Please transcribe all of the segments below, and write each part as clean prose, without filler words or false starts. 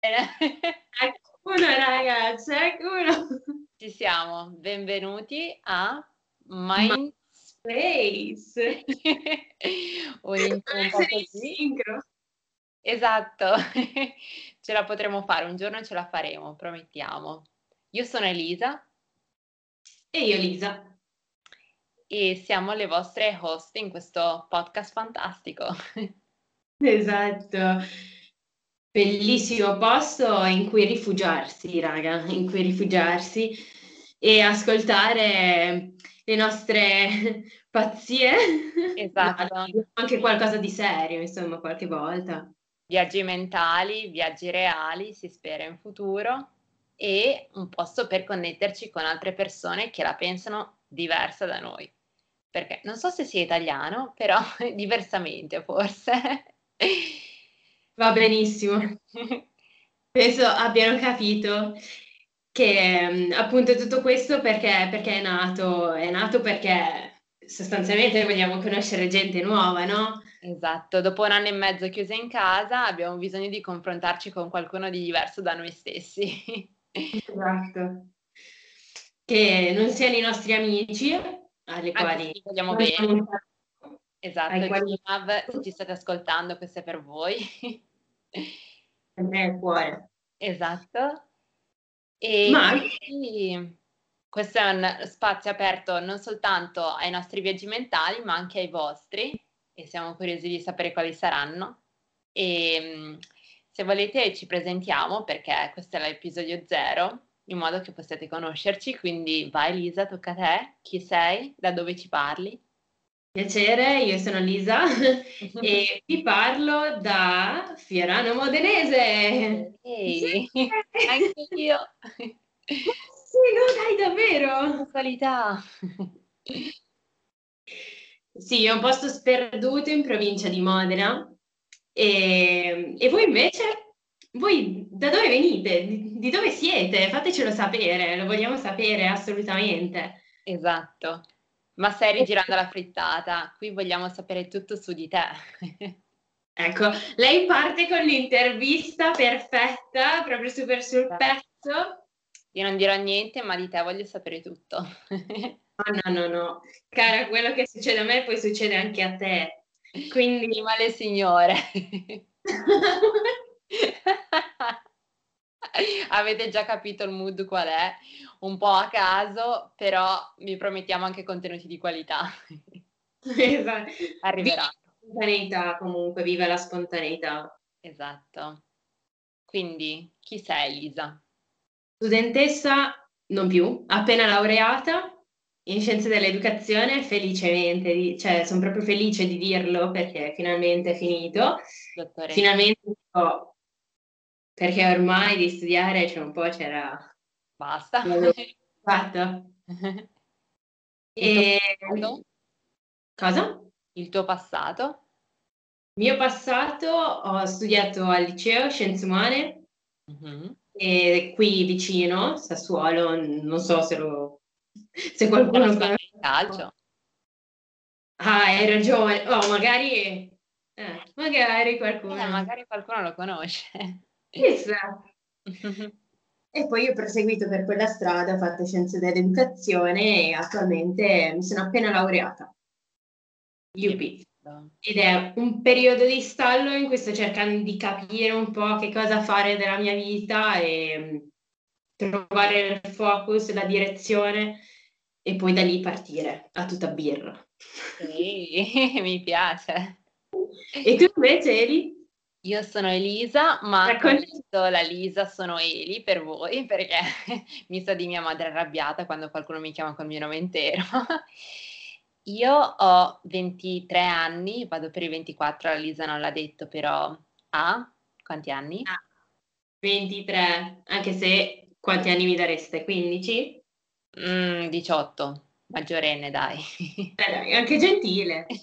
Ecco uno ragazzi, ecco uno. Ci siamo, benvenuti a Ma Mind Space. un po' Essere in così. sincro. Esatto, ce la potremo fare, un giorno ce la faremo, promettiamo. Io sono Elisa E io Lisa. e siamo le vostre host in questo podcast fantastico. Esatto. Bellissimo posto in cui rifugiarsi, raga, in cui rifugiarsi e ascoltare le nostre pazzie. No, Esatto, anche qualcosa di serio, insomma, qualche volta. viaggi mentali, viaggi reali, si spera in futuro, e un posto per connetterci con altre persone che la pensano diversa da noi. Perché non so se sia italiano, però diversamente forse. Va benissimo. Penso abbiano capito che appunto tutto questo perché è nato perché sostanzialmente vogliamo conoscere gente nuova, no? Esatto, dopo 1 anno e mezzo chiuse in casa abbiamo bisogno di confrontarci con qualcuno di diverso da noi stessi. Esatto. Che non siano i nostri amici, alle Anche se quali li vogliamo non bene. siamo un saluto, Esatto, ai quali Gimav, se ci state ascoltando, questo è per voi. sempre a cuore. Esatto. E Ma quindi questo è un spazio aperto non soltanto ai nostri viaggi mentali, ma anche ai vostri, e siamo curiosi di sapere quali saranno. Se volete ci presentiamo, perché questo è l'episodio 0, in modo che possiate conoscerci. Quindi vai Lisa, tocca a te. Chi sei? Da dove ci parli? piacere, io sono Lisa e vi parlo da Fiorano Modenese. Ehi, Yeah! anche io. Ma sì, no, dai, davvero? Casualità. Sì, è un posto sperduto in provincia di Modena. E voi invece? Voi da dove venite? Di dove siete? Fatecelo sapere, lo vogliamo sapere assolutamente. Esatto. Ma stai rigirando la frittata, qui vogliamo sapere tutto su di te. Ecco, lei parte con l'intervista perfetta, proprio super sul pezzo. Io non dirò niente, ma di te voglio sapere tutto. No, no, no, no. Cara, quello che succede a me poi succede anche a te. Quindi Viva le signore. Avete già capito il mood qual è? Un po' a caso, però vi promettiamo anche contenuti di qualità. esatto. Viva Arriveranno. la spontaneità comunque, viva la spontaneità. Esatto. Quindi, chi sei, Lisa? Studentessa, non più, appena laureata in scienze dell'educazione, felicemente, cioè sono proprio felice di dirlo perché finalmente è finito. Dottoressa. Finalmente, oh, perché ormai di studiare c'è un po' c'era. Basta. Fatto. Il tuo E passato? cosa? Il tuo passato? Mio passato, ho studiato al liceo Scienze Umane Mhm. e qui vicino, Sassuolo, non so se C'è la qualcuno squadra conosce. di calcio? Ah, hai ragione. Oh, magari qualcuno. Magari qualcuno lo conosce. Chissà. E poi ho proseguito per quella strada, ho fatto scienze dell'educazione e attualmente mi sono appena laureata. Che UP. bello. Ed è un periodo di stallo in cui sto cercando di capire un po' che cosa fare della mia vita e trovare il focus, la direzione e poi da lì partire a tutta birra. Sì, mi piace. E tu invece, Eli? Io sono Elisa, ma come Raccontaci. detto la Lisa sono Eli per voi, perché mi sa di mia madre arrabbiata quando qualcuno mi chiama col mio nome intero. Io ho 23 anni, vado per i 24, la Lisa non l'ha detto, però ha quanti anni? Ah, 23, anche se quanti anni mi dareste? 15? 18, maggiorenne dai. Dai, anche gentile.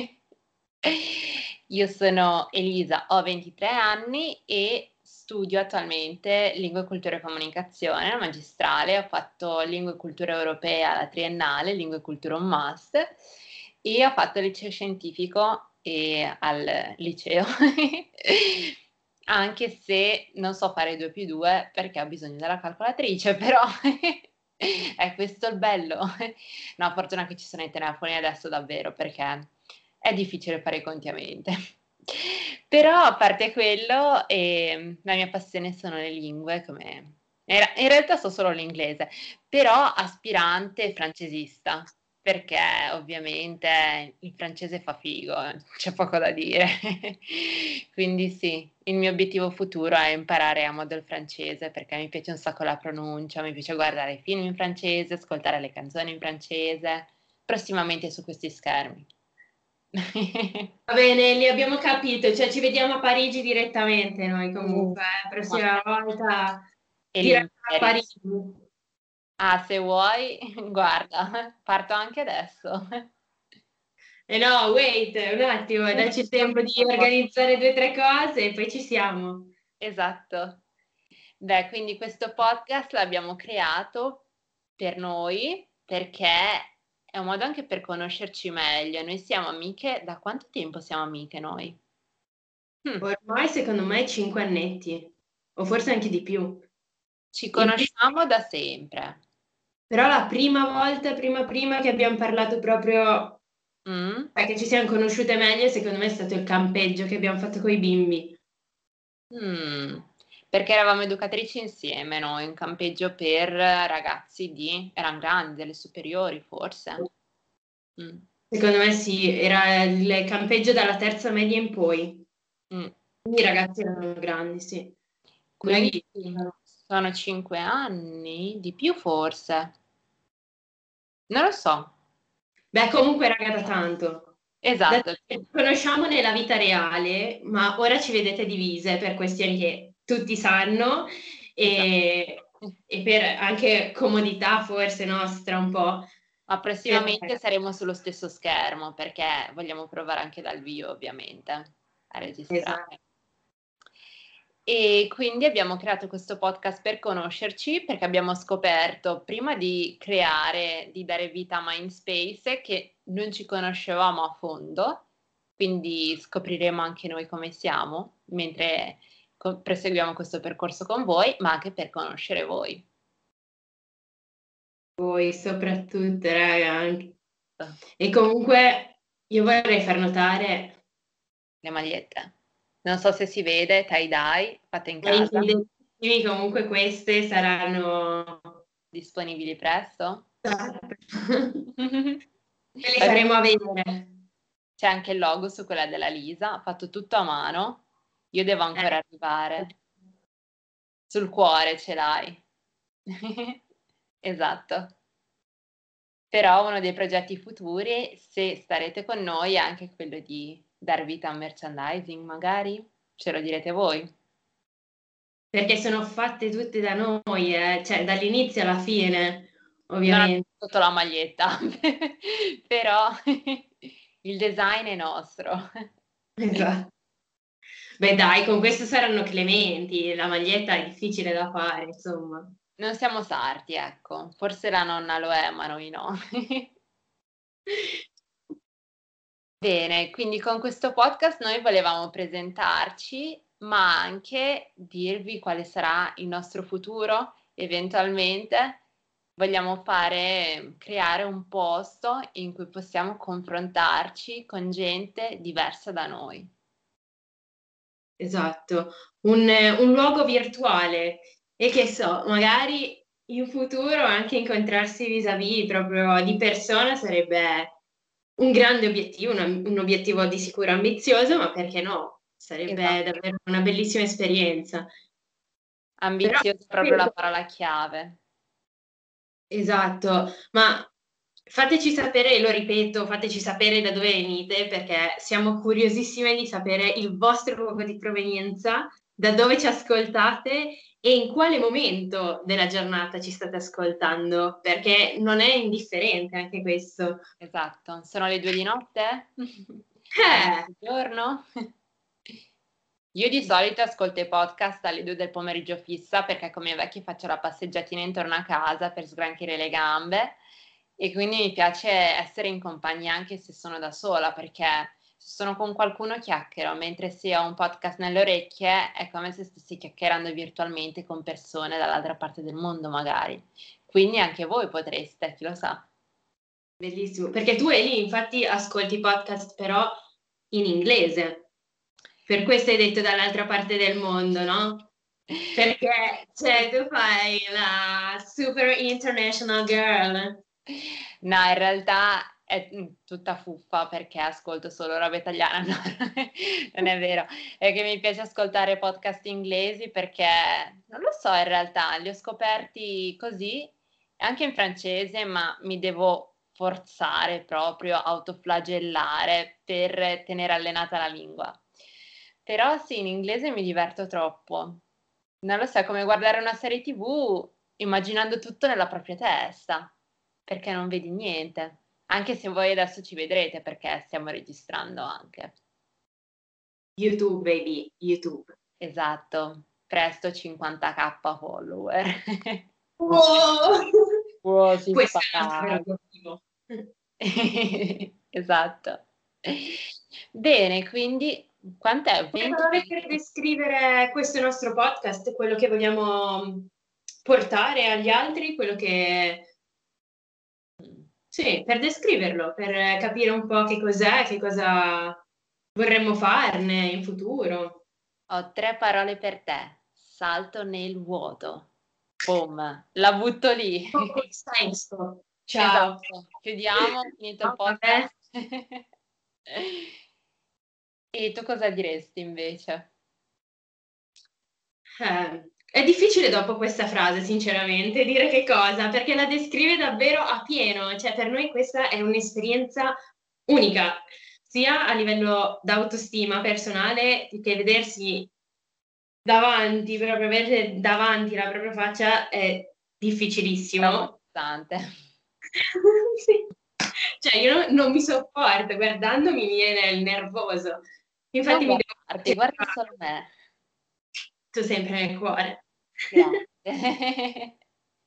Io sono Elisa, ho 23 anni e studio attualmente Lingua, Cultura e Comunicazione, la magistrale, ho fatto Lingua e Cultura Europea alla triennale, Lingua e Cultura un master, e ho fatto il liceo scientifico e al liceo anche se non so fare 2 più 2 perché ho bisogno della calcolatrice, però è questo il bello. No, fortuna che ci sono i telefoni adesso davvero, perché è difficile fare i conti a mente. Però a parte quello, la mia passione sono le lingue, come in realtà so solo l'inglese, però aspirante francesista, perché ovviamente il francese fa figo, c'è poco da dire. Quindi sì, il mio obiettivo futuro è imparare a modo il francese, perché mi piace un sacco la pronuncia, mi piace guardare i film in francese, ascoltare le canzoni in francese, prossimamente su questi schermi. Va bene, li abbiamo capito, cioè ci vediamo a Parigi direttamente noi comunque, Ma prossima volta e diretta a l'imperi. Parigi. Ah, se vuoi, guarda, parto anche adesso. E no, wait, un attimo, dacci il tempo di organizzare 2 o 3 cose e poi ci siamo. Esatto. Beh, quindi questo podcast l'abbiamo creato per noi perché è un modo anche per conoscerci meglio. Noi siamo amiche, da quanto tempo siamo amiche noi? Ormai secondo me 5 annetti, o forse anche di più. Ci Il pri- conosciamo da sempre. Però la prima volta, prima che abbiamo parlato proprio, Mm? che ci siamo conosciute meglio, secondo me è stato il campeggio che abbiamo fatto con i bimbi. Mm. Perché eravamo educatrici insieme, no? In campeggio per ragazzi erano grandi, delle superiori forse. Mm. Secondo me sì, era il campeggio dalla terza media in poi. Mm. Quindi i ragazzi erano grandi, sì. Quindi Noi, sono 5 anni, di più forse. Non lo so. beh, comunque raga da tanto. Esatto. Ci conosciamo nella vita reale, ma ora ci vedete divise per questioni che tutti sanno Esatto. e per anche comodità forse nostra un po'. Ma Per- prossimamente saremo sullo stesso schermo perché vogliamo provare anche dal vivo, ovviamente, a Esatto. registrare. E quindi abbiamo creato questo podcast per conoscerci, perché abbiamo scoperto, prima di creare, di dare vita a Mindspace, che non ci conoscevamo a fondo, quindi scopriremo anche noi come siamo, mentre proseguiamo questo percorso con voi, ma anche per conoscere voi. Voi soprattutto, raga. E comunque io vorrei far notare Le magliette. Non so se si vede, tie-dye, fatte in ai casa, fidentini, comunque queste saranno disponibili presto. Te le faremo avere. C'è anche il logo su quella della Lisa, fatto tutto a mano. Io devo ancora arrivare. Sul cuore ce l'hai. Esatto. Però uno dei progetti futuri, se starete con noi, è anche quello di dar vita a un merchandising, magari? Ce lo direte voi. Perché sono fatte tutte da noi, cioè dall'inizio alla fine, Non ovviamente. sotto la maglietta, però il design è nostro. Esatto. Beh, dai, con questo saranno clementi, la maglietta è difficile da fare, insomma. Non siamo sarti, ecco. Forse la nonna lo è, ma noi no. Bene, quindi con questo podcast noi volevamo presentarci, ma anche dirvi quale sarà il nostro futuro. Eventualmente vogliamo creare un posto in cui possiamo confrontarci con gente diversa da noi. Esatto, un luogo virtuale e che so, magari in futuro anche incontrarsi vis-à-vis proprio di persona sarebbe un grande obiettivo, un obiettivo di sicuro ambizioso, ma perché no? Sarebbe Esatto, davvero una bellissima esperienza. Però, ambiziosa è proprio la parola chiave. esatto, ma fateci sapere, e lo ripeto, fateci sapere da dove venite perché siamo curiosissime di sapere il vostro luogo di provenienza, da dove ci ascoltate e in quale momento della giornata ci state ascoltando, perché non è indifferente anche questo. Esatto, sono le 2 di notte? È Eh, mezzogiorno? Io di solito ascolto i podcast alle 2 del pomeriggio fissa perché come vecchi faccio la passeggiatina intorno a casa per sgranchire le gambe e quindi mi piace essere in compagnia anche se sono da sola perché Se sono con qualcuno chiacchiero, mentre se ho un podcast nelle orecchie è come se stessi chiacchierando virtualmente con persone dall'altra parte del mondo magari. Quindi anche voi potreste, chi lo sa. Bellissimo, perché tu Eli infatti ascolti podcast però in inglese, per questo hai detto dall'altra parte del mondo, no? Perché cioè, tu fai la super international girl. No, in realtà è tutta fuffa perché ascolto solo roba italiana, no, non è vero, è che mi piace ascoltare podcast inglesi perché, non lo so, in realtà li ho scoperti così, anche in francese, ma mi devo forzare proprio, autoflagellare per tenere allenata la lingua. Però sì, in inglese mi diverto troppo. Non lo so, è come guardare una serie TV immaginando tutto nella propria testa, perché non vedi niente. Anche se voi adesso ci vedrete, perché stiamo registrando anche. YouTube, baby, YouTube. Esatto, presto 50k follower. Wow! Wow, si Questo è il nostro spara. vero obiettivo. Esatto. Bene, quindi quant'è? Tre 20 parole per minuti? descrivere questo nostro podcast, quello che vogliamo portare agli altri, quello che... Sì, per descriverlo, per capire un po' che cos'è, che cosa vorremmo farne in futuro. Ho 3 parole per te. Salto nel vuoto. Boom, la butto lì. Poco senso. Ciao. Esatto, chiudiamo, finito il No, vabbè. podcast. E tu cosa diresti invece? È difficile dopo questa frase, sinceramente, dire che cosa, perché la descrive davvero a pieno, cioè per noi questa è un'esperienza unica, sia a livello d'autostima personale che vedersi davanti, proprio avere davanti la propria faccia è difficilissimo. Traumatizzante. Sì. Cioè io non mi sopporto, guardandomi mi viene il nervoso. Non Infatti mi devo... guardi solo me. Tu sempre nel cuore. Grazie.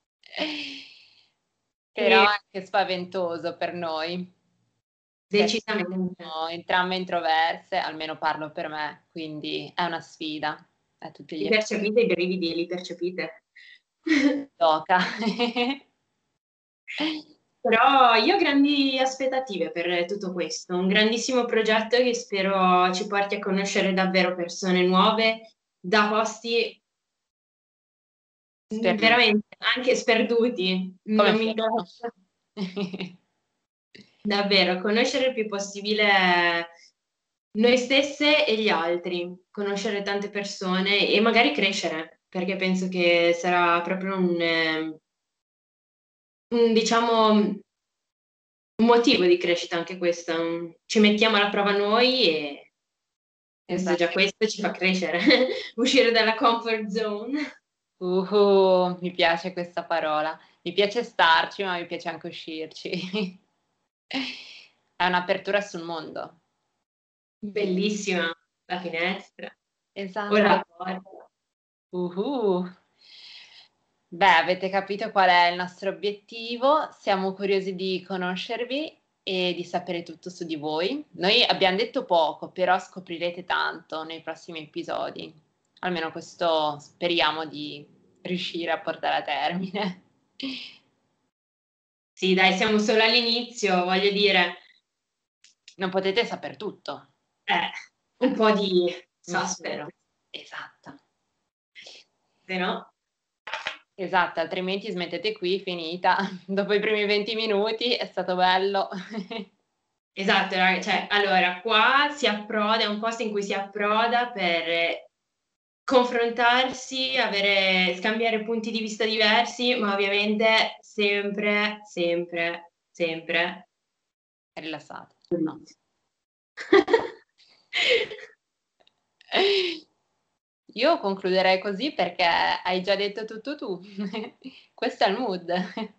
Però E è anche spaventoso per noi, perché decisamente. siamo entrambe introverse, almeno parlo per me, quindi è una sfida a tutti gli Li effetti. percepite i brividi, li percepite. Tocca. Però io ho grandi aspettative per tutto questo, un grandissimo progetto che spero ci porti a conoscere davvero persone nuove da posti Sperduto, veramente anche sperduti. come Non mi Fiorano. interessa davvero conoscere il più possibile noi stesse e gli altri, conoscere tante persone e magari crescere, perché penso che sarà proprio diciamo, un motivo di crescita anche questo. Ci mettiamo alla prova noi e penso già Esatto. questo ci fa crescere, uscire dalla comfort zone. Mi piace questa parola. Mi piace starci, ma mi piace anche uscirci. È un'apertura sul mondo. Bellissima la finestra o Esatto. la porta. Uh-huh. Beh, avete capito qual è il nostro obiettivo? Siamo curiosi di conoscervi e di sapere tutto su di voi. Noi abbiamo detto poco, però scoprirete tanto nei prossimi episodi. Almeno questo speriamo di riuscire a portare a termine. Sì, dai, siamo solo all'inizio, voglio dire, Non potete saper tutto. eh, un po' di Mistero. suspense, Esatto. se no? Esatto, altrimenti smettete qui, finita. Dopo i primi 20 minuti è stato bello. Esatto, cioè, allora, qua si approda, è un posto in cui si approda per confrontarsi, scambiare punti di vista diversi, ma ovviamente sempre, sempre, sempre. È rilassato. No. Io concluderei così perché hai già detto tutto tu. Questo è il mood.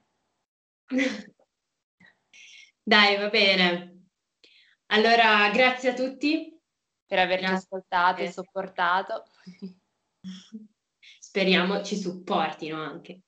Dai, va bene. Allora, grazie a tutti. Per averci Grazie. ascoltato e sopportato. Speriamo ci supportino anche.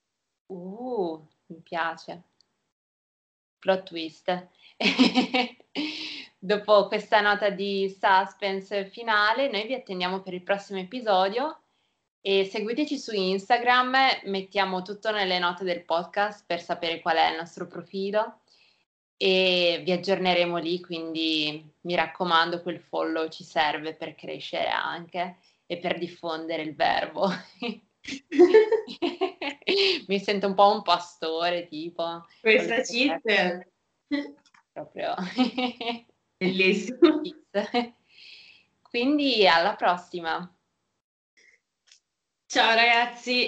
Mi piace. Plot twist. dopo questa nota di suspense finale, noi vi attendiamo per il prossimo episodio e seguiteci su Instagram, mettiamo tutto nelle note del podcast per sapere qual è il nostro profilo e vi aggiorneremo lì, quindi mi raccomando, quel follow ci serve per crescere anche e per diffondere il verbo. Mi sento un po' un pastore, tipo. Questa cheat. Proprio. Bellissimo. Quindi alla prossima. Ciao ragazzi.